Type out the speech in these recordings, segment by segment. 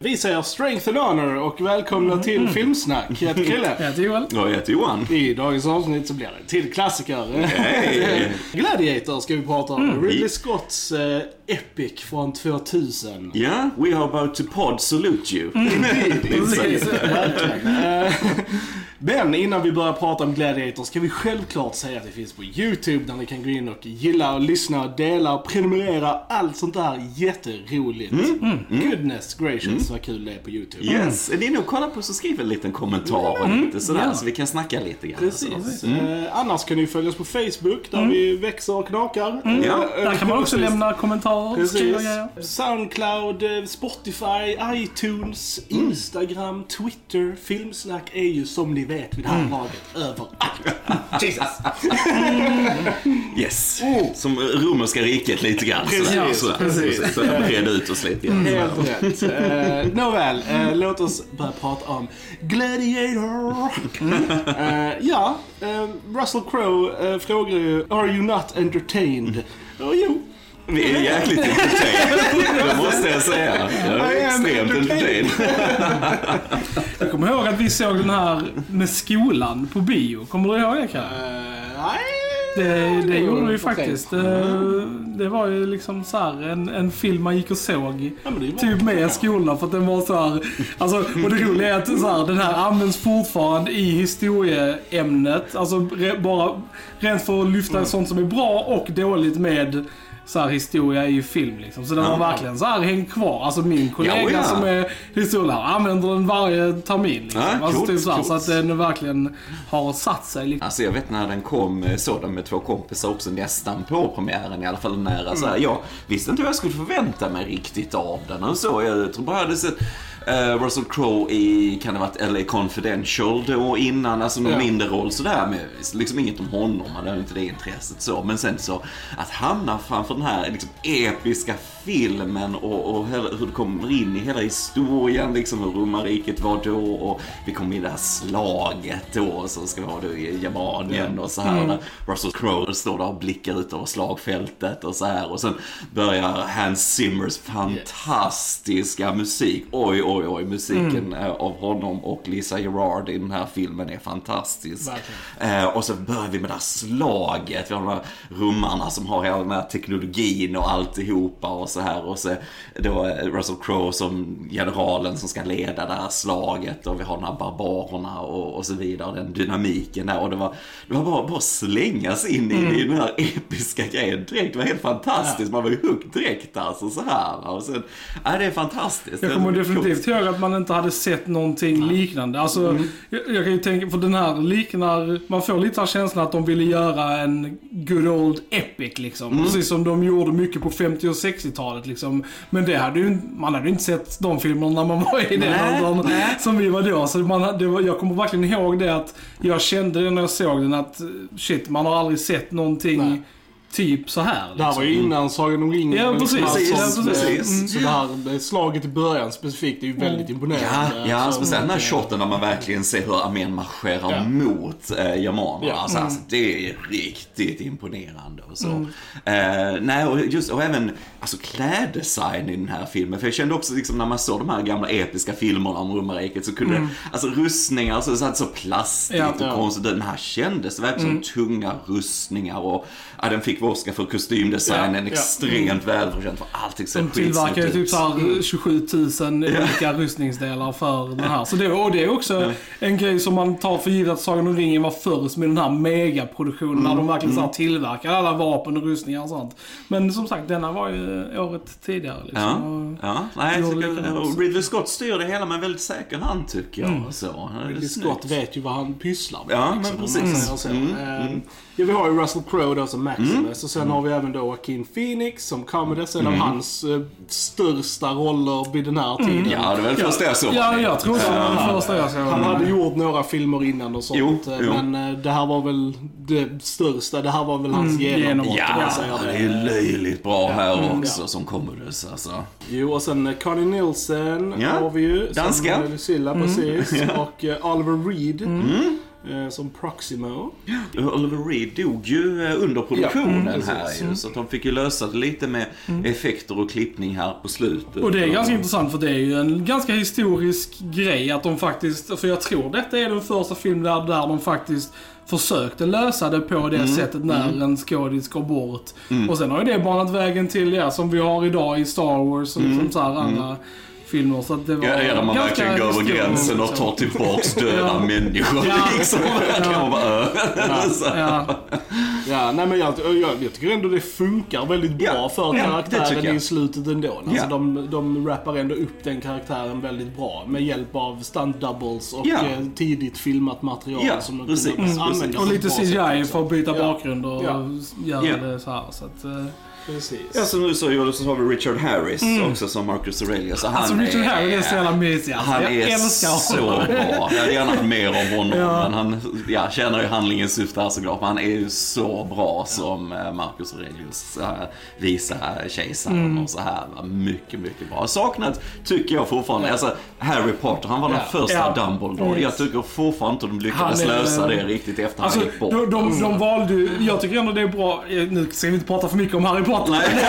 Vi säger strength and honor och välkomna till Filmsnack. Jag heter Krille. Jag heter Johan. Jag heter Johan. I dagens avsnitt så blir det till klassiker. Hey. Gladiator ska vi prata om. Ridley Scotts epic från 2000. Ja, we are about to pod salute you. Men innan vi börjar prata om Gladiator ska vi självklart säga att det finns på YouTube där ni kan gå in och gilla och lyssna och dela och prenumerera. Allt sånt där jätteroligt. Goodness gracious, vad kul det är på YouTube. Yes, är det nog kolla på så skriv en liten kommentar och lite sådär så vi kan snacka lite grann. Precis. Annars kan ni följa oss på Facebook där vi växer och knakar. Ja, där kan man också lämna kommentarer och skriva grejer. Soundcloud, Spotify, iTunes, Instagram, Twitter. Filmsnack är ju som ni vet vid det här laget överallt. Jesus. Yes, som romerska riket lite grann. Precis. Så breda ut oss lite grann. Helt rätt. Nåväl, låt oss börja prata om Gladiator. Russell Crowe frågar ju, are you not entertained? Jo. Vi är jäkligt entertained. Det måste jag säga. Jag är extremt entertained. Jag kommer ihåg att vi såg den här med skolan på bio. Kommer du ihåg det, Kalle? Nej. Det gjorde vi faktiskt. Det var ju liksom så här en film man gick och såg typ med skolan för att den var så här. Alltså, och det roliga är att så här, den här används fortfarande i historieämnet. Alltså bara rent för att lyfta sånt som är bra och dåligt med så här historia i film liksom. Så den var verkligen så här hängt kvar. Alltså min kollega som är historielärare använder den varje termin liksom. Alltså, typ så att den verkligen har satt sig liksom. Alltså jag vet när den kom sådan med två kompisar också nästan på premiären i alla fall nära så här. Jag visste inte hur jag skulle förvänta mig riktigt av den och så. Jag tror bara jag hade sett Russell Crowe i, kan det ha varit LA Confidential då innan, alltså någon mindre roll sådär, med liksom inget om honom, man hade inte det intresset så, men sen så att hamna framför den här liksom episka filmen och hur det kommer in i hela historien liksom, hur romarriket var då och vi kommer i det här slaget då så ska vi ha det i Germanien och så här där Russell Crowe står där och blickar ut över slagfältet och så här och sen börjar Hans Zimmers fantastiska musik. Oj, musiken av honom och Lisa Gerard i den här filmen är fantastisk. Och så börjar vi med det här slaget. Vi har de här romarna som har hela den här teknologin och alltihopa och så här. Och så då Russell Crowe som generalen som ska leda det här slaget och vi har de här barbarerna och så vidare. Den dynamiken där och det var bara slängas in i den här episka grejen direkt. Det var helt fantastiskt. Man var ju hooked direkt alltså så här. Och sen, det är fantastiskt. Jag kommer definitivt ihåg att man inte hade sett någonting liknande. Alltså, jag kan ju tänka för den här liknar, man får lite av känslan att de ville göra en good old epic liksom. Precis som de gjorde mycket på 50- och 60-talet liksom. Men det hade ju, man hade ju inte sett de filmerna när man var i den åldern som vi var då. Så jag kommer verkligen ihåg det att jag kände det när jag såg den att shit, man har aldrig sett någonting typ så här. Liksom. Det här var ju innan Sagan om ringen. Ja, precis. Så det här slaget i början specifikt är ju väldigt imponerande. Ja, speciellt den här shoten när man verkligen ser hur armén marscherar mot germanerna. Alltså, det är riktigt imponerande och så. Och även alltså, kläddesign i den här filmen. För jag kände också liksom, när man såg de här gamla episka filmerna om romarriket så kunde alltså rustningar så plastigt och konstigt. Den här kändes verkligen som tunga rustningar och den fick Oscar för kostymdesignen extremt välförtjänt för allting så skitsnyggt. De tillverkade typ så här 27 000 olika rustningsdelar för den här. Så det är också en grej som man tar för givet att Sagan om ringen var först med den här megaproduktionen när de verkligen så här tillverkade alla vapen och rustningar och sånt. Men som sagt, denna var ju året tidigare liksom. Och Ridley Scott styr det hela med en väldigt säker hand tycker jag. Så. Ridley Scott vet ju vad han pysslar med. Ja, men precis. Vi har ju Russell Crowe då som Maximus och sen har vi även då Joaquin Phoenix som Commodus, en av hans största roller vid den här tiden. Ja, det var väl första jag såg. Ja, jag tror det var första jag såg. Han hade gjort några filmer innan och sånt, men det här var väl det största, det här var väl hans genombrott. Ja, det är ju löjligt bra här också som Commodus alltså. Jo, och sen Connie Nielsen har vi ju. Danska. Lucilla, precis. Och Oliver Reed. som Proximo. Oliver Reed dog ju under produktionen här ju, så att de fick ju lösa det lite med effekter och klippning här på slutet. Och det är ganska intressant, för det är ju en ganska historisk grej att de faktiskt, för jag tror detta är den första filmen där de faktiskt försökte lösa det på det sättet när en skådis går bort. Och sen har ju det banat vägen till som vi har idag i Star Wars och liksom så här andra filmer, så att det var där man verkligen går över gränsen och tar tillbaks döda människor liksom. Nej, men jag tycker ändå det funkar väldigt bra för karaktären i slutet ändå. Alltså de rappar ändå upp den karaktären väldigt bra med hjälp av stunt doubles och tidigt filmat material som de kunde använda. Och lite CGI för att byta bakgrund och göra det så här, så att precis. Ja, som du sa, så har vi Richard Harris också som Marcus Aurelius. Richard Harris är så jävla mysig. Han är så bra. Jag hade gärna haft mer om honom, men han känner ju handlingens syfte här såklart. Men han är ju så bra som Marcus Aurelius visar kejsaren och så här. Mycket, mycket bra. Saknat tycker jag fortfarande. Alltså, Harry Potter, han var den första Dumbledore. Jag tycker fortfarande inte de lyckades lösa det riktigt efter han gick bort. De valde, jag tycker ändå det är bra. Nu ska vi inte prata för mycket om Harry Potter.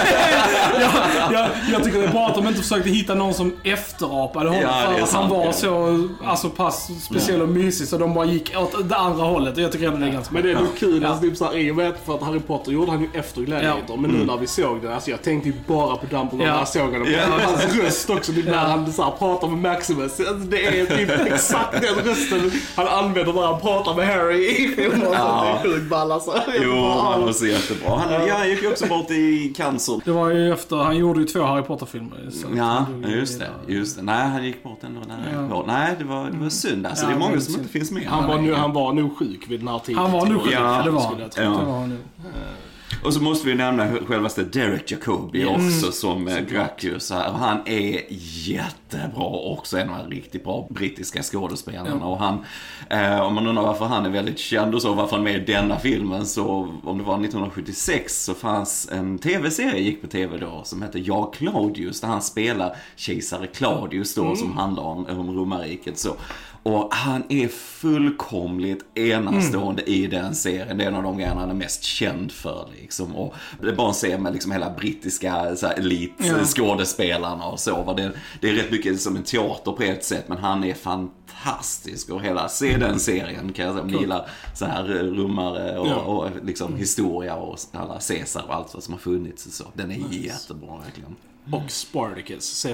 jag tycker det är bra att de inte försökte hitta någon som efterapade honom för att han var så pass speciell och mysig, så de bara gick åt det andra hållet, och jag tycker det är ganska. Men det är nog kul alltså, typ såhär, i och med för att Harry Potter gjorde han ju efter Gladiator, men nu när vi såg det, alltså jag tänkte ju bara på Dumbledore när jag såg honom. Hans röst också, det när han så här, pratar med Maximus, alltså, det är typ exakt den rösten han använder när han pratar med Harry i filmen. Det är sjukt ball alltså. Han var så jättebra. Han gick ju också bort i cancer. Det var ju efter, han gjorde ju 2 Harry Potter-filmer. Just det. Nej, han gick bort ändå när Nej, det var synd. Alltså, det är många som inte finns med. Han var nog sjuk vid den här tiden. Han var nog sjuk, det var han. Och så måste vi nämna självaste Derek Jacobi också som Gracchus här. Han är jättebra också, en av de riktigt bra brittiska skådespelarna. Och han, om man undrar varför han är väldigt känd och så, varför han är med i denna filmen, så om det var 1976 så fanns en tv-serie gick på tv då som hette Jag Claudius, där han spelar kejsare Claudius då, som handlar om romarriket så. Och han är fullkomligt enastående i den serien. Det är en av de grejerna han är mest känd för liksom. Och det är bara att se med liksom hela brittiska elitskådespelarna och så. Det är rätt mycket som en teater på ett sätt, men han är fantastisk. Och se den serien kan jag säga, gillar så här rumare och liksom historia och alla Caesar och allt vad som har funnits så. Den är jättebra verkligen. Och Spartacus,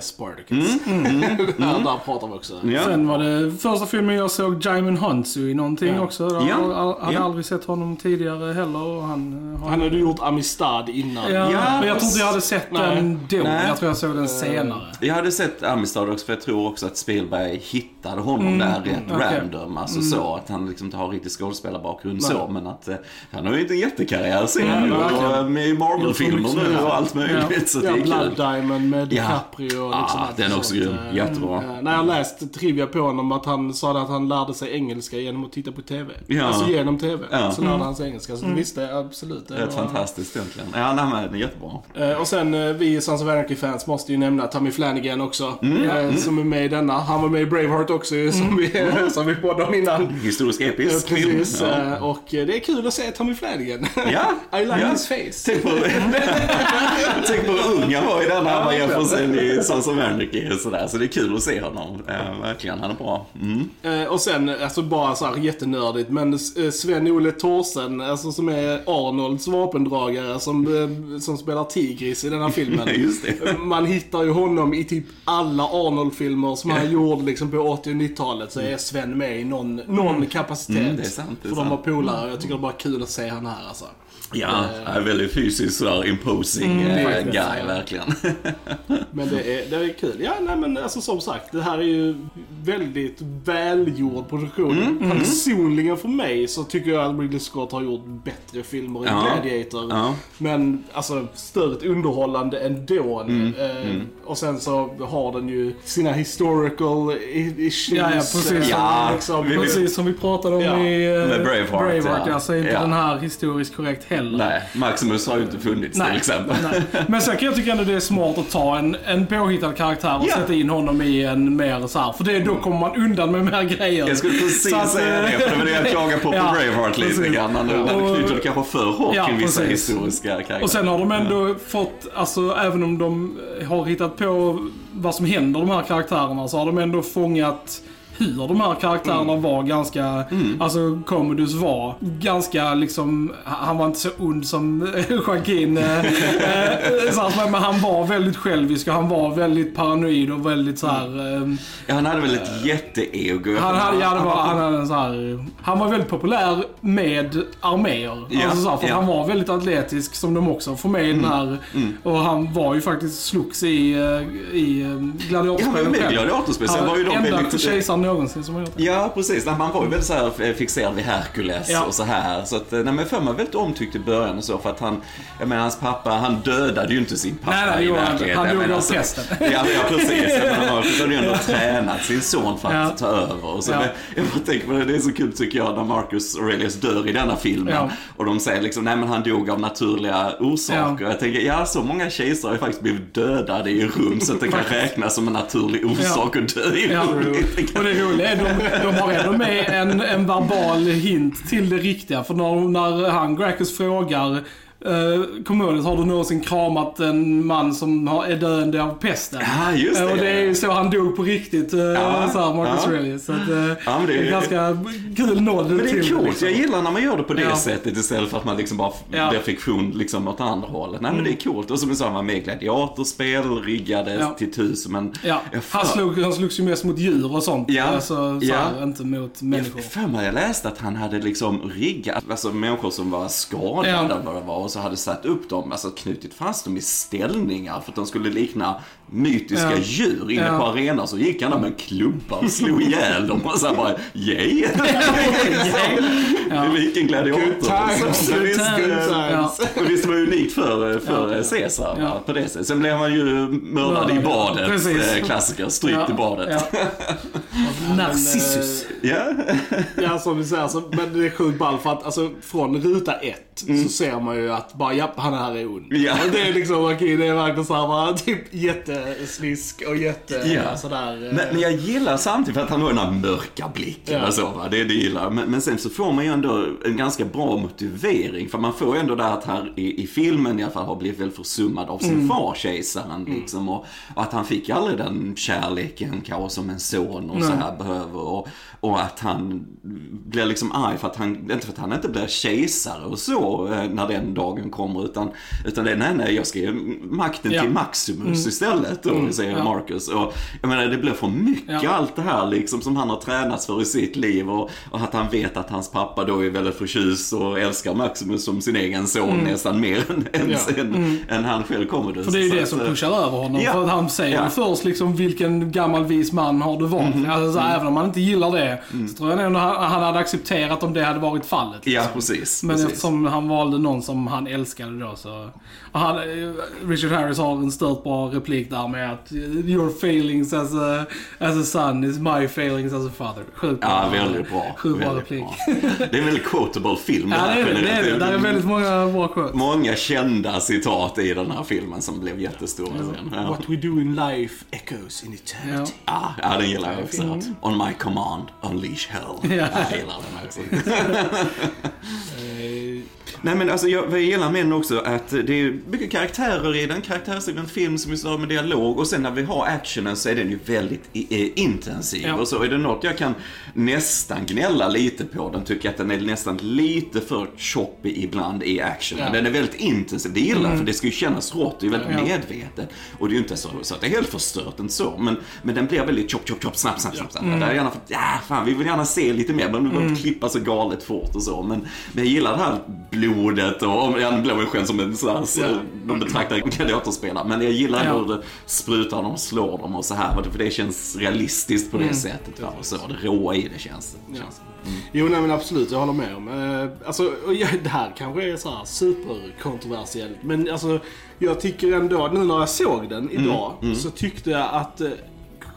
där pratar vi också. Sen var det första filmen jag såg Jaimin Hansu i någonting också. Jag hade aldrig sett honom tidigare heller. Och han hade gjort Amistad innan. Men jag tror inte jag hade sett den då. Jag tror jag såg den senare. Jag hade sett Amistad också, för jag tror också att Spielberg hittade honom där rätt random. Alltså så att han liksom inte har riktigt skådespelarbakgrund så, men att han har ju inte en jättekarriär sen och med Marvel-filmer nu och allt möjligt. Så det är kul. Med DiCaprio liksom den är också grym, jättebra. När jag läste trivia på honom att han sa att han lärde sig engelska genom att titta på TV. Alltså genom TV. Så lärde han sig engelska. Så visst, det är absolut. Det är fantastiskt egentligen. Ja, det är jättebra. Och sen vi Sons of Anarchy-fans måste ju nämna Tommy Flanagan också. Som är med i denna. Han var med i Braveheart också, som vi poddade om innan. Historisk episk. Precis. Och det är kul att se Tommy Flanagan. I like his face. Tänk på vad ung jag var i denna. Han var jämfört sen i Sons of Anarchy och sådär. Så det är kul att se honom. Verkligen, han är bra. Och sen, alltså bara så här jättenördigt, men Sven-Olle Thorsen, alltså som är Arnolds vapendragare som spelar Tigris i den här filmen. Just det. Man hittar ju honom i typ alla Arnold-filmer som han gjorde liksom på 80- och 90-talet, så är Sven med i någon kapacitet. Det är sant. För de var polare. Jag tycker det är bara kul att se han här alltså. Ja, är väldigt fysiskt sådär imposing guy, verkligen. Men det är kul. Ja, nej, men alltså, som sagt, det här är ju väldigt välgjord produktion. Personligen för mig så tycker jag att Ridley Scott har gjort bättre filmer än Gladiator. Men alltså, stört underhållande ändå. Och sen så har den ju sina historical issues precis. Ja, precis som vi pratade om i med Braveheart så är inte den här historiskt korrekt heller. Nej, Maximus har ju inte funnits till exempel. Nej. Men sen kan jag tycka att det är smart att ta en påhittad karaktär och sätta in honom i en mer så här, för då kommer man undan med mer grejer. Jag skulle precis säga det, för det var det jag klagade på Braveheart lite grann. När du knyter det kanske för hårt till vissa historiska karaktärer. Och sen har de ändå fått, alltså även om de har hittat på vad som händer de här karaktärerna, så har de ändå fångat hur de här karaktärerna var ganska, alltså Commodus var ganska liksom, han var inte så ond som Joaquin, men han var väldigt självisk och han var väldigt paranoid och väldigt så här. Han hade väl ett jätteego. Han var väldigt populär med arméer. Alltså så här, för han var väldigt atletisk, som de också får med den här. Och han var ju faktiskt slogs i gladiatorspel. Ja, med gladiatorspel. Han var ju de väldigt kejsaren någonsin som har gjort det. Ja, precis. Man var ju väldigt så här fixerad vid Herkules och så här. Så att, men för mig väldigt omtyckt i början och så, för att hans pappa, han dödade ju inte sin pappa i verkligheten. Han dog av pesten. Ja, precis. Han har ju ändå tränat sin son för att ta över. Och så jag tänker på det är så kul tycker jag när Marcus Aurelius dör i denna filmen. Ja. Och de säger liksom, nej men han dog av naturliga orsaker. Jag tänker, så många kejsare har ju faktiskt blivit dödade i rum så att det kan räknas som en naturlig orsak att dö i rum. Och det roliga är de har ändå med en verbal hint till det riktiga. För när han Gracchus frågar Commodus, har du någonsin kramat en man som är döende av pesten? Ja, just det. Och det är ju så han dog på riktigt, så här Marcus Aurelius. Så att, det är ganska kul nåd till. Men det är coolt, liksom. Jag gillar när man gör det på det sättet istället för att man liksom bara blir fiktion liksom åt andra hållet. Nej men det är coolt. Och som du sa, man med gladiatorspel, riggade till 1000, men... Han slogs ju mest mot djur och sånt. Alltså, inte mot människor. För mig jag läste att han hade liksom riggat, alltså människor som var skadade vad det var, och så hade satt upp dem, alltså knutit fast dem i ställningar för att de skulle likna mytiska djur inne på arenan. Så gick han där med en klubba och slog ihjäl dem och så bara, yay! Vilken gladiator. Och visst var det unikt för Caesar på det sättet. Sen blev han ju mördad i badet. Klassiker, strykt i badet. Narcissus. Ja, som du säger, men det är sjukt ball för att alltså, från ruta 1 så ser man ju att bara, han här är ond. Det är liksom, okej, det är verkligen så här, bara, typ jätteslisk och sådär. Men jag gillar samtidigt för att han har den här mörka blicken och så, va? Det gillar. Men sen så får man ju ändå en ganska bra motivering, för man får ju ändå det att här i filmen i alla fall har blivit väl försummad av sin far, kejsaren liksom, och att han fick aldrig den kärleken kanske som en son och så här behöver, och att han blir liksom arg för att inte för att han inte blir kejsare och så när den dagen kommer, utan det är nej, jag ska ge makten till Maximus istället, och säger Marcus. Och jag menar, det blir för mycket allt det här liksom som han har tränats för i sitt liv, och att han vet att hans pappa då är väldigt förtjust och älskar Maximus som sin egen son nästan mer än han själv kommer det. För det är ju det som pushar över honom, för att han säger först liksom, vilken gammal vis man har du varit. Alltså, även om man inte gillar det så tror jag nog han hade accepterat om det hade varit fallet. Liksom. Ja, precis. Men eftersom han valde någon som han älskade då, så... Richard Harris har en stört bra replik där med att your failings as a son is my failings as a father. Sjukt bra. Ja, väldigt bra. Sjukt bra replik. Det är en väldigt quotable film. Ja, det är väldigt många bra quotes. Många kända citat i den här filmen som blev jättestora sen. What we do in life echoes in eternity. Ja, den gillar jag också. On my command, unleash hell. Jag gillar den också. Nej, men alltså jag gillar med den också att det är mycket karaktärer i den, karaktärsdriven film som vi står med dialog, och sen när vi har actionen så är den ju väldigt intensiv, och så är det något jag kan nästan gnälla lite på den, tycker att den är nästan lite för choppy ibland i actionen. Den är väldigt intensiv, det gillar för det ska ju kännas rått, det är väldigt medvetet, och det är ju inte så att det är helt förstört, inte så, men den blir väldigt chop, snabbt. Där är gärna för, vi vill gärna se lite mer, men du går klippa så galet fort och så, men jag gillar det här blodet, och jag blir själv som en sån här, de betraktar gladiatorspelare, men jag gillar hur det sprutar dem och slår dem och så här, för det känns realistiskt på det sättet, och så det råa i det känns. Jo, nej, men absolut, jag håller med om. Alltså, det här kanske är så här superkontroversiellt, men alltså, jag tycker ändå, nu när jag såg den idag, så tyckte jag att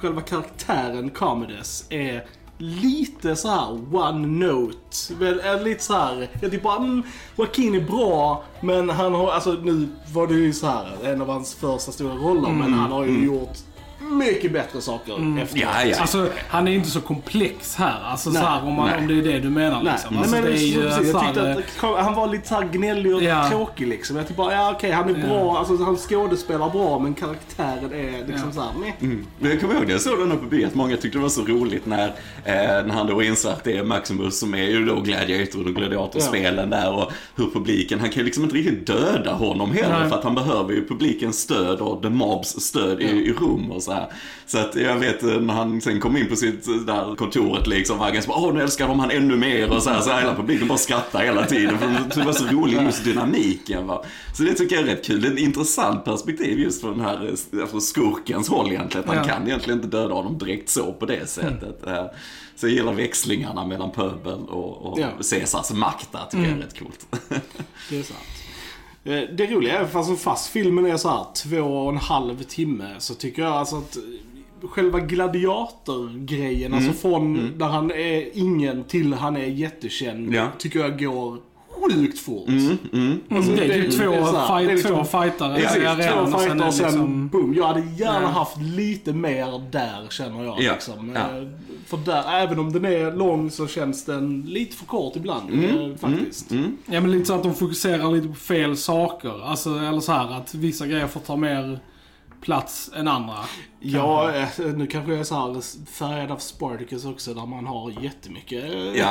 själva karaktären Commodus är lite så här one note. Lite så här, jag tycker bara Joaquin är bra, men han har, alltså nu var det ju så här en av hans första stora roller, men han har ju gjort mycket bättre saker efter. Ja. Alltså, han är inte så komplex här. Alltså, så här, om det är det du menar. Liksom. Alltså, men det är ju, jag tyckte att han var lite så här gnällig och tråkig. Liksom. Jag tyckte bara, okej, han är bra. Alltså, han skådespelar bra, men karaktären är liksom så här med. Jag kommer ihåg det, jag såg den här på bio, att många tyckte det var så roligt när han då insåg att det är Maximus som är ju då Gladiator och Gladiatorspelen där, och hur publiken, han kan ju liksom inte riktigt döda honom heller, för att han behöver ju publikens stöd och The Mobs stöd i rum och så här. Så att jag vet när han sen kom in på sitt där kontoret liksom, var ganska bara, nu älskar de han ännu mer och så här, så hela publiken bara skrattar hela tiden, för det var så rolig just dynamiken, va. Så det tycker jag är rätt kul. Det är ett intressant perspektiv just från den här skurkens håll egentligen. Han kan egentligen inte döda honom direkt så på det sättet. Så jag gillar växlingarna mellan pöbel och Caesars makt där, tycker jag är rätt coolt. Det är sant. Det roliga är att fast filmen är så här 2,5 timme, så tycker jag alltså att själva gladiatorgrejen, alltså från där han är ingen till han är jättekänd, tycker jag går sjukt fort. Alltså, det är ju två fightare i arenan och sen boom. Jag hade gärna haft lite mer där, känner jag. Liksom. För där, även om den är lång, så känns den lite för kort ibland faktiskt. Ja, men lite så att de fokuserar lite på fel saker. Alltså, eller så här att vissa grejer får ta mer plats än andra. Ja, nu kanske jag är så här färgad av Spartacus också, där man har jättemycket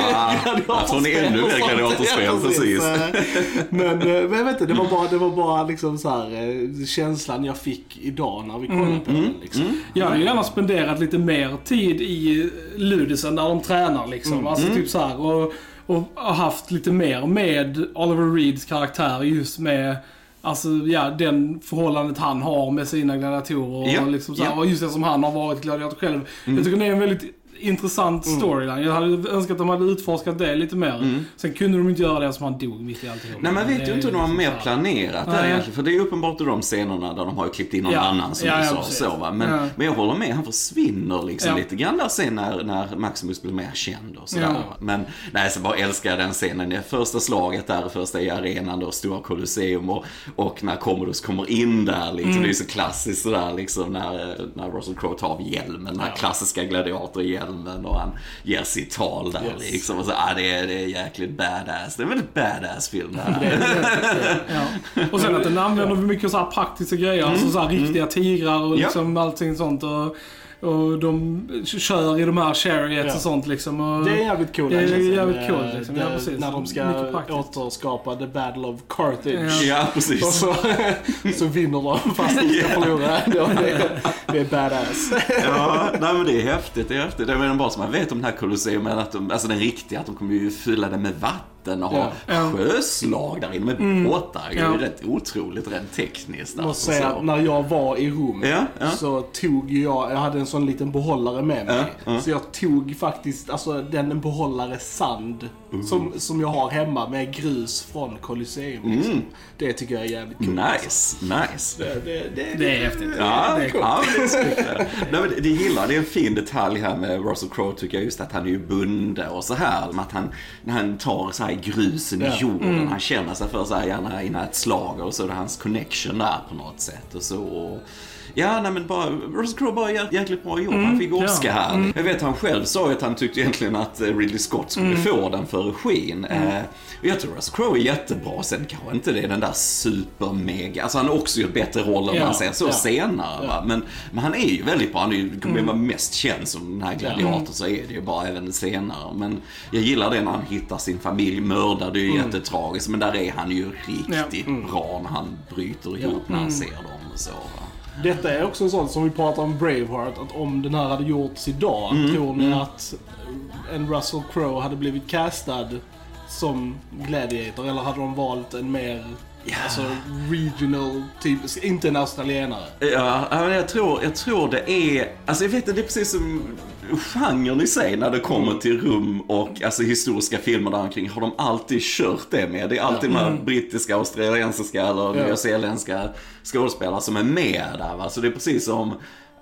jag tror ni ännu mer gladiatorspel, precis. Men jag vet inte, det var bara liksom så här känslan jag fick idag när vi kollade på den liksom. Jag hade gärna spenderat lite mer tid i Ludisen där de tränar liksom. Alltså typ så här, och haft lite mer med Oliver Reeds karaktär, just med alltså, den förhållandet han har med sina gladiatorer och, liksom så här, och just det som han har varit gladiator själv. Jag tycker det är en väldigt intressant storyline. Jag hade önskat att de hade utforskat det lite mer. Sen kunde de inte göra det som han dog mitt i alltihop. Nej, man vet ju inte hur de har mer planerat där egentligen. För det är uppenbart de scenerna där de har klippt in någon annan som du sa. Så, va? Men jag håller med, han försvinner liksom lite grann där sen när Maximus blir mer känd och sådär. Men nej, så bara älskar jag den scenen. Det första slaget där, första i arenan då, stora Colosseum, och när Commodus kommer in där liksom. Det är så klassiskt sådär liksom, när Russell Crowe tar av hjälmen, den här klassiska gladiatorhjälmen, och han ger sitt tal där liksom, och så det är jäkligt badass. Det är en väldigt badass film där. Och sen att den använder mycket så här praktiska grejer, alltså så här riktiga tigrar och liksom allting sånt, och de kör i de här chariots och sånt liksom, och det är jävligt coolt. Det är jävligt coolt liksom. När de ska återskapa The Battle of Carthage. Ja, precis. Och så vinner de fast de ska förlora. Det är badass. Nej, men det är häftigt. Det är bara som man vet om den här Colosseum, att alltså den riktiga, att de kommer ju fylla det med vatten och ha sjöslag där inne med båtar. Det är rätt otroligt rent tekniskt. Jag måste säga, när jag var i Rom så tog jag hade en sån liten behållare med mig. Så jag tog faktiskt en behållare sand som jag har hemma med grus från Colosseum. Liksom. Det tycker jag är jävligt coolt. Nice. Det är häftigt. Det är coolt. Det gillar, det är en fin detalj här med Russell Crowe, tycker jag, just att han är ju bunde och så här, att när han tar så här grusen i jorden, han känner sig för så här gärna innan ett slag, och så är det hans connection där på något sätt och så. Men bara Russell Crowe bara jäkligt bra jobb. Han fick Oscar här. Jag vet, han själv sa att han tyckte egentligen att Ridley Scott skulle få den för regin. Jag tror Russell Crowe är jättebra. Sen kanske inte det är den där supermega. Alltså han har också gjort bättre roller man säger så senare. Va? Men han är ju väldigt bra. Han är ju kommer mest känd som den här gladiator, så är det ju bara även senare. Men jag gillar det när han hittar sin familj mördad. Det är ju jättetragiskt. Men där är han ju riktigt bra när han bryter ihop när han ser dem och så. Va? Detta är också en sån som vi pratar om Braveheart, att om den här hade gjorts idag, tror ni att en Russell Crowe hade blivit castad som gladiator, eller hade de valt en mer regional typ, inte en australienare? Jag tror det är, alltså jag vet inte, det är precis som genren i sig när det kommer till rum och alltså historiska filmer där omkring, har de alltid kört det med. Det är alltid de här brittiska, australiensiska eller nyzeeländska skådespelare som är med där, va? Så det är precis som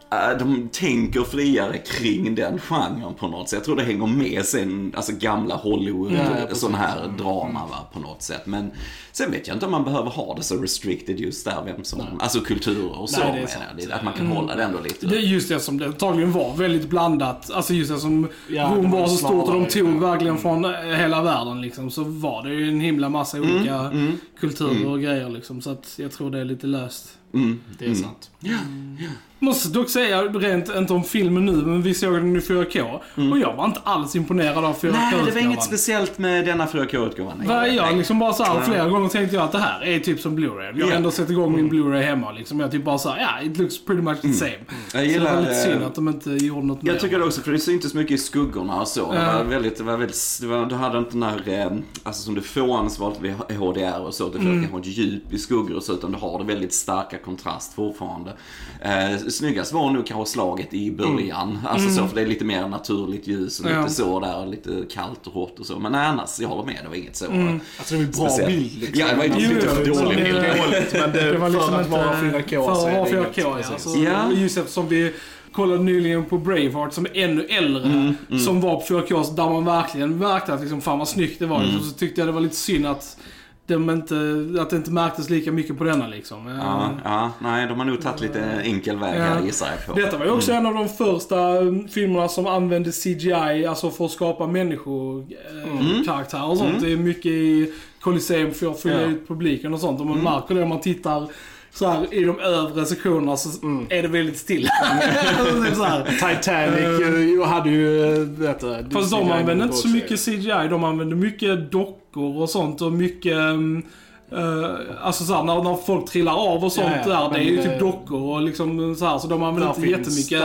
de tänker friare kring den genren på något sätt. Jag tror det hänger med sen, alltså gamla Hollywood, sån här drama på något sätt. Men sen vet jag inte om man behöver ha det så restricted just där, vem som, alltså kulturer och så. Nej, det att man kan hålla det ändå lite. Det är just det som det antagligen var väldigt blandat. Alltså just det som Rom var så stort och de tog verkligen från hela världen liksom. Så var det ju en himla massa olika kulturer och grejer liksom. Så att jag tror det är lite löst. Det är sant. Måste dock säga, rent inte om filmen nu, men vi såg den i 4K. Och jag var inte alls imponerad av 4K-utgåvan. Nej, det var inget speciellt med denna 4K-utgåvan. Jag liksom bara så här, flera gånger tänkte jag att det här är typ som Blu-ray. Jag har ändå sett igång min Blu-ray hemma liksom. Jag typ bara så här, it looks pretty much the same. Jag gillar, så det var lite synd att de inte gjorde något mer. Jag tycker det också, för det syntes mycket i skuggorna och så. Det var väldigt, du hade inte den här, alltså som du får ansvaret vid HDR och så, det får kanske ett djup i skuggor och så, utan du har det väldigt starka kontrast fortfarande. Snyggast var nog kanske slaget i början, alltså så, för det är lite mer naturligt ljus och lite så där, lite kallt och hårt och så, men annars, jag håller med, det var inget så alltså det var bra bild liksom. Ja, det var inte lite för dålig bild, men det var liksom för att vara 4K för att vara 4K, alltså, just eftersom vi kollade nyligen på Braveheart som är ännu äldre, som var på 4K, så där man verkligen märkte att liksom, fan vad snyggt det var, så tyckte jag det var lite synd att det inte märktes lika mycket på denna liksom. Nej, de har nog tagit lite enkel väg här, gissar jag på. Detta var ju också en av de första filmerna som använde CGI, alltså för att skapa människokaraktärer och sånt. Det är mycket i Colosseum för att fylla ut publiken och sånt. Och man märker det om man tittar så här, i de övre sektionerna så är det väldigt stilla. Titanic hade ju fast de använde inte så mycket CGI, de använde mycket dockor och sånt och mycket alltså såhär, när folk trillar av och sånt där, det är ju typ dockor och liksom så de använder inte jättemycket.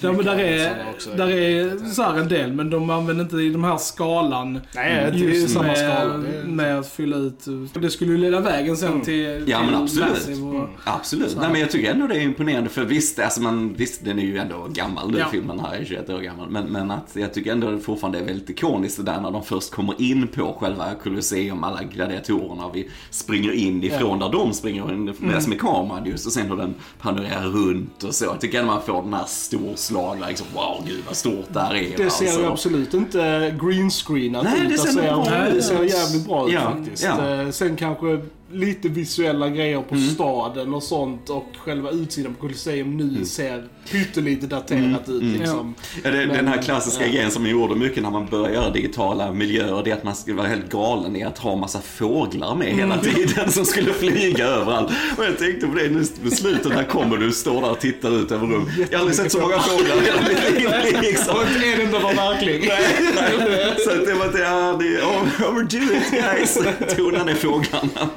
Där är så här en del, men de använder inte i de här skalan. Nej, det är ju samma skala. Med att fylla ut. Det skulle ju leda vägen sen till men absolut. Nej, men jag tycker ändå det är imponerande, för visst, den är ju ändå gammal, den filmen här är 21 år gammal, men att jag tycker ändå fortfarande är väldigt ikoniskt det där när de först kommer in på själva Colosseum, alla gladiatorerna, vi springer in ifrån där de springer in med kameran just, och sen hur den panorerar runt och så. Jag tycker att man får den här storslagna liksom, wow, gud vad stort det här är. Det ser ju absolut inte greenscreenat ut. Det ser jävligt bra ut faktiskt. Sen kanske lite visuella grejer på staden och sånt, och själva utsidan på Colosseum nu ser pyttelite daterat ut liksom. Den här klassiska grejen som man gjorde mycket när man började göra digitala miljöer, det är att man skulle vara helt galen i att ha massa fåglar med hela tiden som skulle flyga överallt. Och jag tänkte på det just på slutet, när kommer du står där och tittar ut över rum. Jag har aldrig sett så många fåglar hela mitt liv liksom. Och är det inte var verklig. Så det var overdo it guys. Tonan är fåglarna.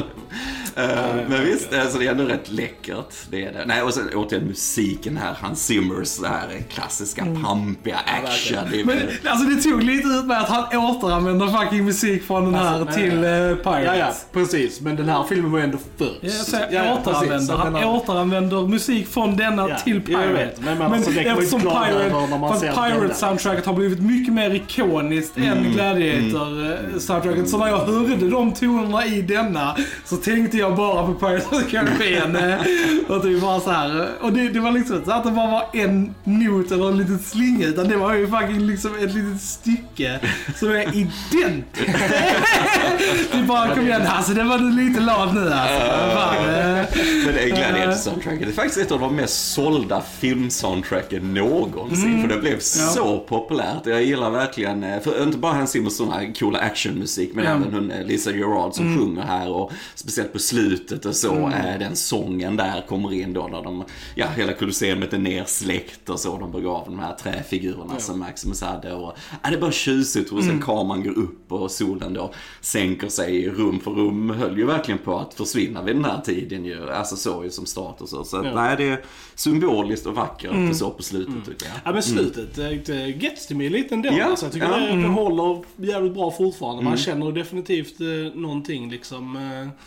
Men visst, alltså det är ändå rätt läckert. Det är det. Nej, och sen återigen musiken här, Hans Zimmers, det här klassiska pampiga action. Men alltså det tog lite ut med att han återanvänder fucking musik från den här till Pirates. Ja, precis. Men den här filmen var ändå först. Han återanvänder musik från denna till Pirates. Men alltså, eftersom Pirate-soundtracket har blivit mycket mer ikoniskt än Gladiator-soundtracket. Så när jag hörde de tonerna i denna så tänkte jag bara på Pirates of the Caribbean. Och det var så här. Och det var liksom så att det bara var en not eller en liten slinga, utan det var ju fucking liksom ett litet stycke som är identiskt. Det bara, kom igen, alltså det var lite lavt nu alltså. Men det är Gladiator-soundtracket. Det är faktiskt ett av de mest sålda filmsoundtracken någonsin. För det blev så populärt. Jag gillar verkligen, för inte bara Hans Zimmers sån här coola actionmusik, men även Lisa Gerard som sjunger här, och speciellt på slutet och så den sången där kommer in då, när de, hela Colosseumet är nersläckt och så, de begraver de här träfigurerna som Maximus hade, och det är bara tjusigt, och sen kameran går upp och solen då sänker sig rum för rum, höll ju verkligen på att försvinna vid den här tiden ju, alltså så ju som start och så nej, det är symboliskt och vackert och så på slutet tycker jag. Ja, men slutet gets till mig lite ändå, alltså jag tycker det håller jävligt bra fortfarande, man känner definitivt någonting liksom.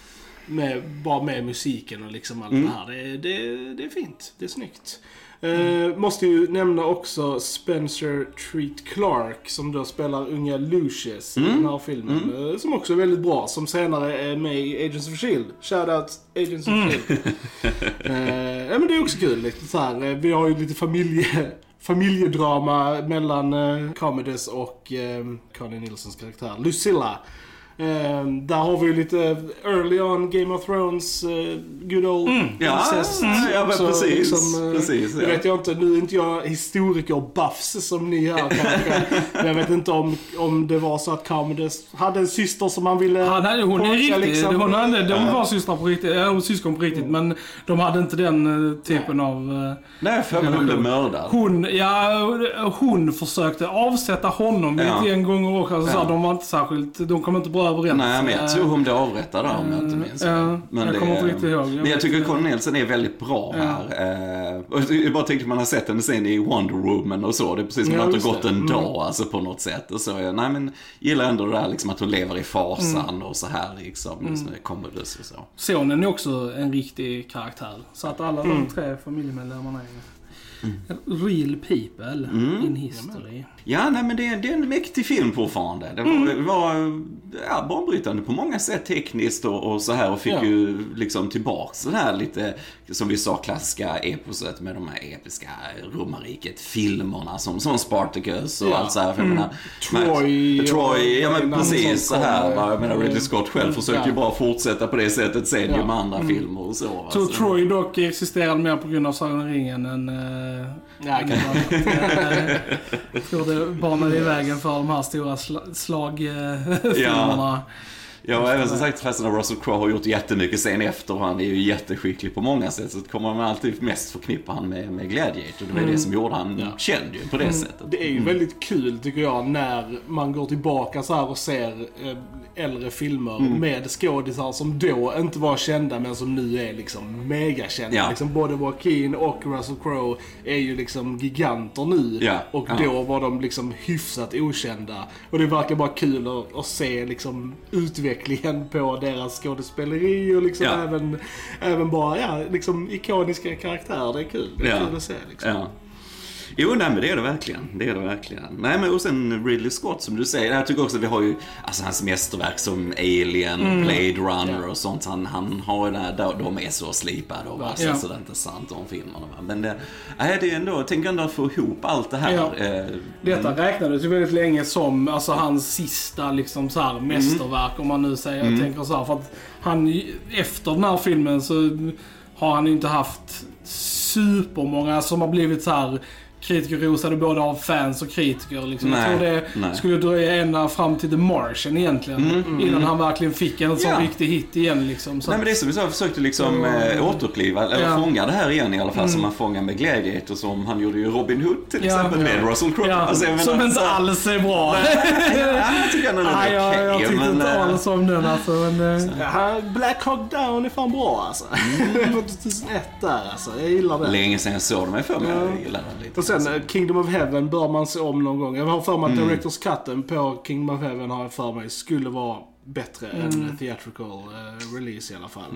bara med musiken och liksom allt det här. Det är fint. Det är snyggt. Måste ju nämna också Spencer Treat Clark som då spelar unga Lucius i den här filmen. Som också är väldigt bra. Som senare är med i Agents of S.H.I.E.L.D. Shoutout Agents of S.H.I.E.L.D. Men det är också kul. Lite så här, vi har ju lite familjedrama mellan Commodus och Connie Nielsens karaktär Lucilla. Där har vi ju lite early on Game of Thrones good old incest. Ja, men precis. Precis, ja. Jag vet inte, nu är inte jag historiker buffs som ni här kanske. Men jag vet inte om det var så att Commodus hade en syster som han ville... Hon är riktigt. Liksom. De var systrar på riktigt, syskon på riktigt, men de hade inte den typen av... Nej, för hon blev mördad. Hon försökte avsätta honom en gång och alltså, de var inte särskilt, de kom inte bra överens. Nej, men jag tror hon blev avrättad där om jag inte minns. Men jag kommer inte riktigt ihåg. Men jag tycker Connie Nielsen är väldigt bra här. Jag bara tänkte man har sett henne sen i Wonder Woman och så. Det är precis som att det har gått en dag alltså, på något sätt. Och så, nej, men gillar ändå det där liksom, att hon lever i fasan och så här liksom. Just när det kommer och så. Sonen är också en riktig karaktär. Så att alla de 3 familjemedlemmarna är real people in history. Ja, nej, men det är en mäktig film fortfarande. Det var banbrytande på många sätt tekniskt och så här och fick ju liksom tillbaks så här lite, som vi sa, klassiska eposet med de här episka romarriket-filmerna som Spartacus och allt så här. För jag menar, Troy, ja men precis så här. Jag menar, Ridley Scott själv försökte ju bara fortsäta på det sättet sen ju med andra filmer och så. Så Troy dock existerade mer på grund av Sagan om ringen än... jag tror det banade i vägen för de här stora slagfilmerna. Ja, även som sagt förresten Russell Crowe har gjort jättemycket sen efter och han är ju jätteskicklig på många sätt, så kommer man alltid mest förknippa han med Gladiator. Det var det som gjorde han känd ju på det sättet. Det är ju väldigt kul tycker jag när man går tillbaka så här och ser äldre filmer med skådisar som då inte var kända men som nu är liksom megakända. Liksom både Joaquin och Russell Crowe är ju liksom giganter nu och då var de liksom hyfsat okända. Och det verkar bara kul att se liksom utvecklingen på deras skådespeleri och liksom även bara liksom ikoniska karaktärer. Det är kul. Det är kul att se liksom. Ja. Jo, nej, men det är det verkligen. Nej, men och sen Ridley Scott som du säger. Jag tycker också att vi har ju alltså hans mästerverk som Alien, Blade Runner och sånt. Han har ju där de är så slipade och så det är inte sant om filmerna. Men det är ändå, jag tänker ändå få ihop allt det här. Ja. Detta räknades ju väldigt länge som alltså hans sista liksom så här mästerverk om man nu säger. Jag tänker så här, för att han efter den här filmen så har han ju inte haft supermånga som har blivit så här kritikerrosade både av fans och kritiker liksom. Jag tror det skulle dröja ända fram till The Martian egentligen innan han verkligen fick en sån riktig hit igen liksom. Så. Nej, men det är som vi sa, jag försökte liksom återuppliva eller fånga det här igen i alla fall som man fångar med Gladiator, som han gjorde ju Robin Hood till exempel med Russell Crowe. Alltså, som inte alls är bra. Jag tycker ändå jag tyckte inte alls om den alltså. Black Hawk Down är fan bra alltså. 2001 där alltså, jag gillar det. Länge sedan jag såg dem för mig, jag gillar den lite. Och sen Kingdom of Heaven bör man se om någon gång. Jag har för mig att Director's Cutten på Kingdom of Heaven har jag för mig skulle vara bättre än theatrical release i alla fall.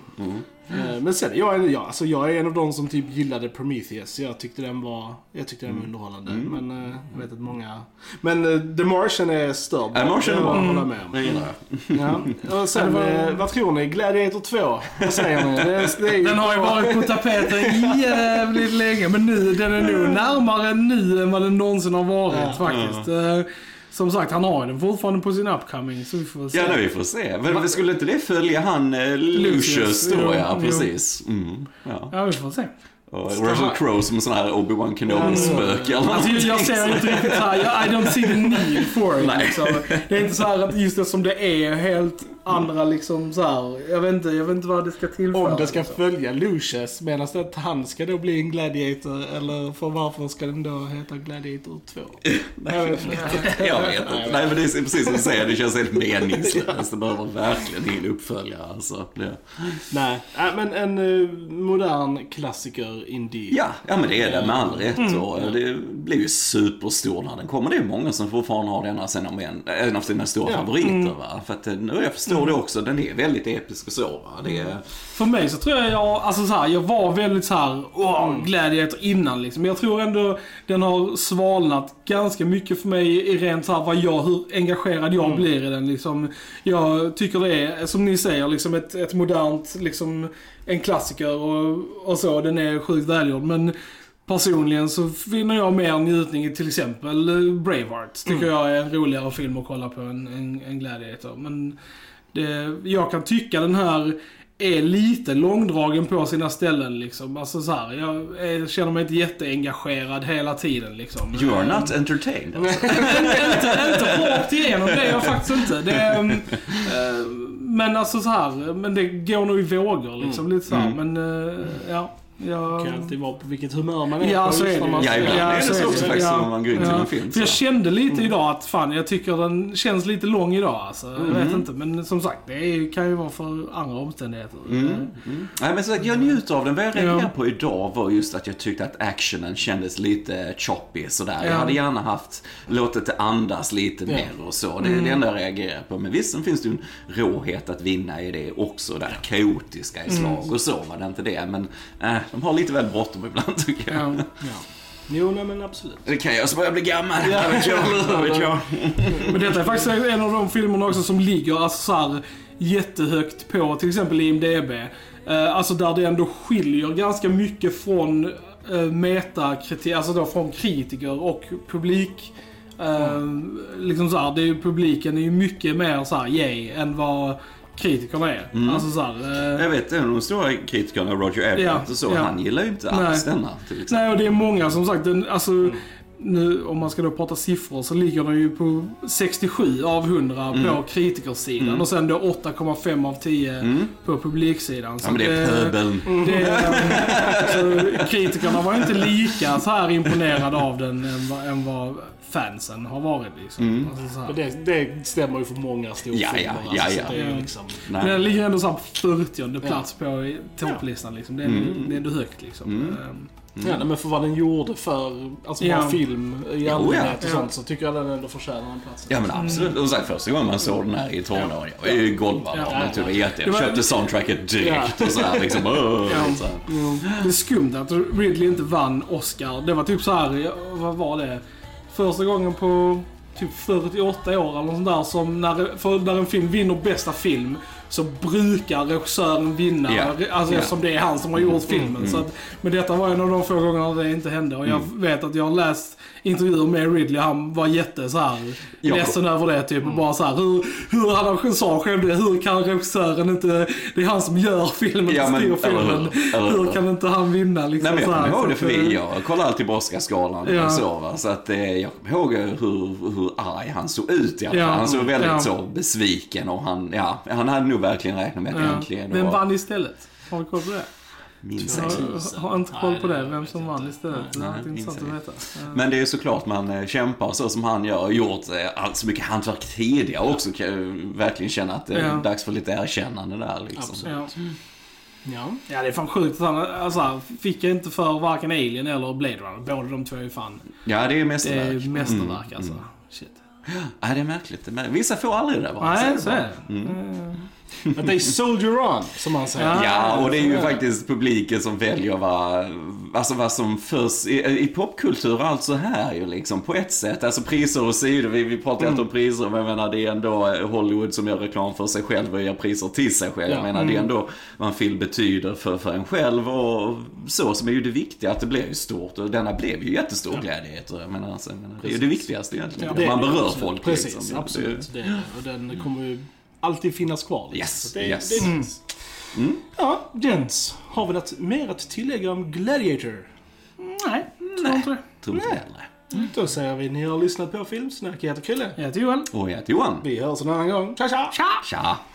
Men sen, jag är en av de som typ gillade Prometheus. Jag tyckte den var underhållande. Men jag vet att många... Men The Martian är störd. The Martian är bra. Det gillar jag. Och sen, vad tror ni? Gladiator 2? Vad säger ni? Den har ju varit på tapeten jävligt länge. Men nu, den är nog närmare nu än vad den någonsin har varit faktiskt. Som sagt, han har den fortfarande på sin upcoming, så vi får se. Ja, vi får se. Men skulle inte det följa han Lucius då? Ja, precis. Ja, vi får se. Och Russell Crowe som en sån här Obi-Wan Kenobi-spök. Alltså, jag ser inte riktigt här. I don't see the need for it. Liksom. Det är inte så här att just det som det är helt andra liksom så här. Jag vet inte vad det ska tillföra. Om det ska följa Lucius, medan det att han ska då bli en gladiator, eller för varför ska den då heta Gladiator 2? Jag vet inte. Nej, men det är precis som du säger, det känns helt meningslöst. Det behöver verkligen en uppföljare alltså. Nej, men en modern klassiker indeed. Ja, men det är det med all rätt. Och det blir ju superstor när den kommer. Det är många som fortfarande har denna sen en av sina stora favoriter. Va? För att nu har jag förstått förstår det också. Den är väldigt episk och så. Va? Det är... För mig så tror jag var väldigt så här Gladiator innan liksom. Men jag tror ändå den har svalnat ganska mycket för mig i rent så här hur engagerad jag blir i den liksom. Jag tycker det är, som ni säger, liksom ett modernt, liksom en klassiker och så. Den är sjukt välgjord, men personligen så finner jag mer njutning i till exempel Braveheart. Tycker jag är en roligare film att kolla på än Gladiator. Men jag kan tycka den här är lite långdragen på sina ställen liksom. Alltså så här, jag känner mig inte jätteengagerad hela tiden liksom. You are not entertained. inte rakt igenom, det är jag faktiskt inte. Men alltså så här, men det går nog i vågor liksom, lite så här. Men ja. Jag kan alltid vara på vilket humör man är. Ja, så är det. Ibland är det så också faktiskt om man går in till en film. För jag kände lite idag att jag tycker den känns lite lång idag. Alltså. Jag vet inte, men som sagt, det kan ju vara för andra omständigheter. Nej, men så att jag njuter av den. Vad jag reagerade på idag var just att jag tyckte att actionen kändes lite choppy sådär. Jag hade gärna låtit det andas lite mer och så. Det är det enda jag reagerar på. Men visst, sen finns det ju en råhet att vinna i det också. Där kaotiska i slag och så var det inte det. Men de har lite väl bråttom ibland, tycker jag. Jo, nej, men absolut. Det kan jag så börja bli gammal. Vet jag. Men detta är faktiskt en av de filmerna också som ligger så här jättehögt på till exempel IMDb. Alltså där det ändå skiljer ganska mycket från metakritik, alltså då från kritiker och publik. Liksom så här, publiken är ju mycket mer så här än vad kritikerna är. Alltså så här, jag vet, de stora kritikerna, Roger Ebert och så, han gillar ju inte alls denna till exempel. Nej, och det är många som sagt, nu om man ska då prata siffror så ligger den ju på 67 av 100 på kritikersidan och sen då 8,5 av 10 på publiksidan. Så men det är pöbeln. Så kritikerna var inte lika så här imponerade av den än vad fansen har varit liksom. Alltså, så här. Det stämmer ju för många storfilmer. Ja. Liksom. Men den ligger ändå så här 40:e plats på topplistan liksom. Det är ändå högt liksom. Ja, men för vad den gjorde för bara film i allmänhet och sånt, så tycker jag den ändå förtjänar en plats. Ja, men absolut. Och sagt, första gången man såg den här i tonåren, jag är ju golvad av den. Jag köpte soundtracket direkt och så här liksom. Det är skumt att Ridley inte vann Oscar. Det var typ så här, vad var det? Första gången på typ 48 år eller sånt där, som när en film vinner bästa film så brukar regissören vinna, eftersom det är han som har gjort filmen. Så att, men detta var en av de få gångerna det inte hände. Och jag vet att jag har läst intervjuer med Ridley, han var jätte så här ledsen över det typ, bara så här, hur han sa själv det, hur kan regissören inte, det är han som gör filmen, styr filmen, hur kan inte han vinna liksom. Nej, men jag kommer ihåg det, för jag kollar alltid på Oscarsgalan och så, va? Så att jag kommer ihåg hur arg han såg ut i alla fall. Han såg väldigt så besviken, och han hade nog verkligen räknat med att äntligen. Vem vann istället? Har du koll på det? Minns jag har inte koll på det, vem som vann istället. Det är intressant att veta. Men det är ju såklart man kämpar så som han gör, och gjort så mycket hantverk tidigare också, kan jag verkligen känna att det är dags för lite erkännande där liksom. Ja, det är fan sjukt att han fick jag inte för varken Alien eller Blade Runner. Båda de två är ju fan. Ja, det är mästerverk. Det är mästerverk alltså. Shit. Ja, det är märkligt. Vissa får aldrig det. Nej, så är det. Men det är Soldier On, som man säger. Ja, och det är ju faktiskt publiken som väljer vad som först i popkultur, alltså här ju liksom på ett sätt. Alltså priser och sidor, vi pratar inte om priser, men jag menar, det är ändå Hollywood som gör reklam för sig själv och ger priser till sig själv. Jag menar, det är ändå vad en film betyder för en själv, och så som är ju det viktiga, att det blev ju stort, och denna blev ju jättestor Gladiator. Jag menar, det är ju det viktigaste egentligen. Ja, man berör folk. Precis, liksom. absolut. Och den kommer ju alltid finnas kvar. Liksom. Yes. Ja, Jens, har vi något mer att tillägga om Gladiator? Nej, tror inte det. Då säger vi, ni har lyssnat på Filmsnack. Jag heter Krille. Jag heter Johan. Och jag heter Johan. Vi hörs en annan gång. Tja! Tja!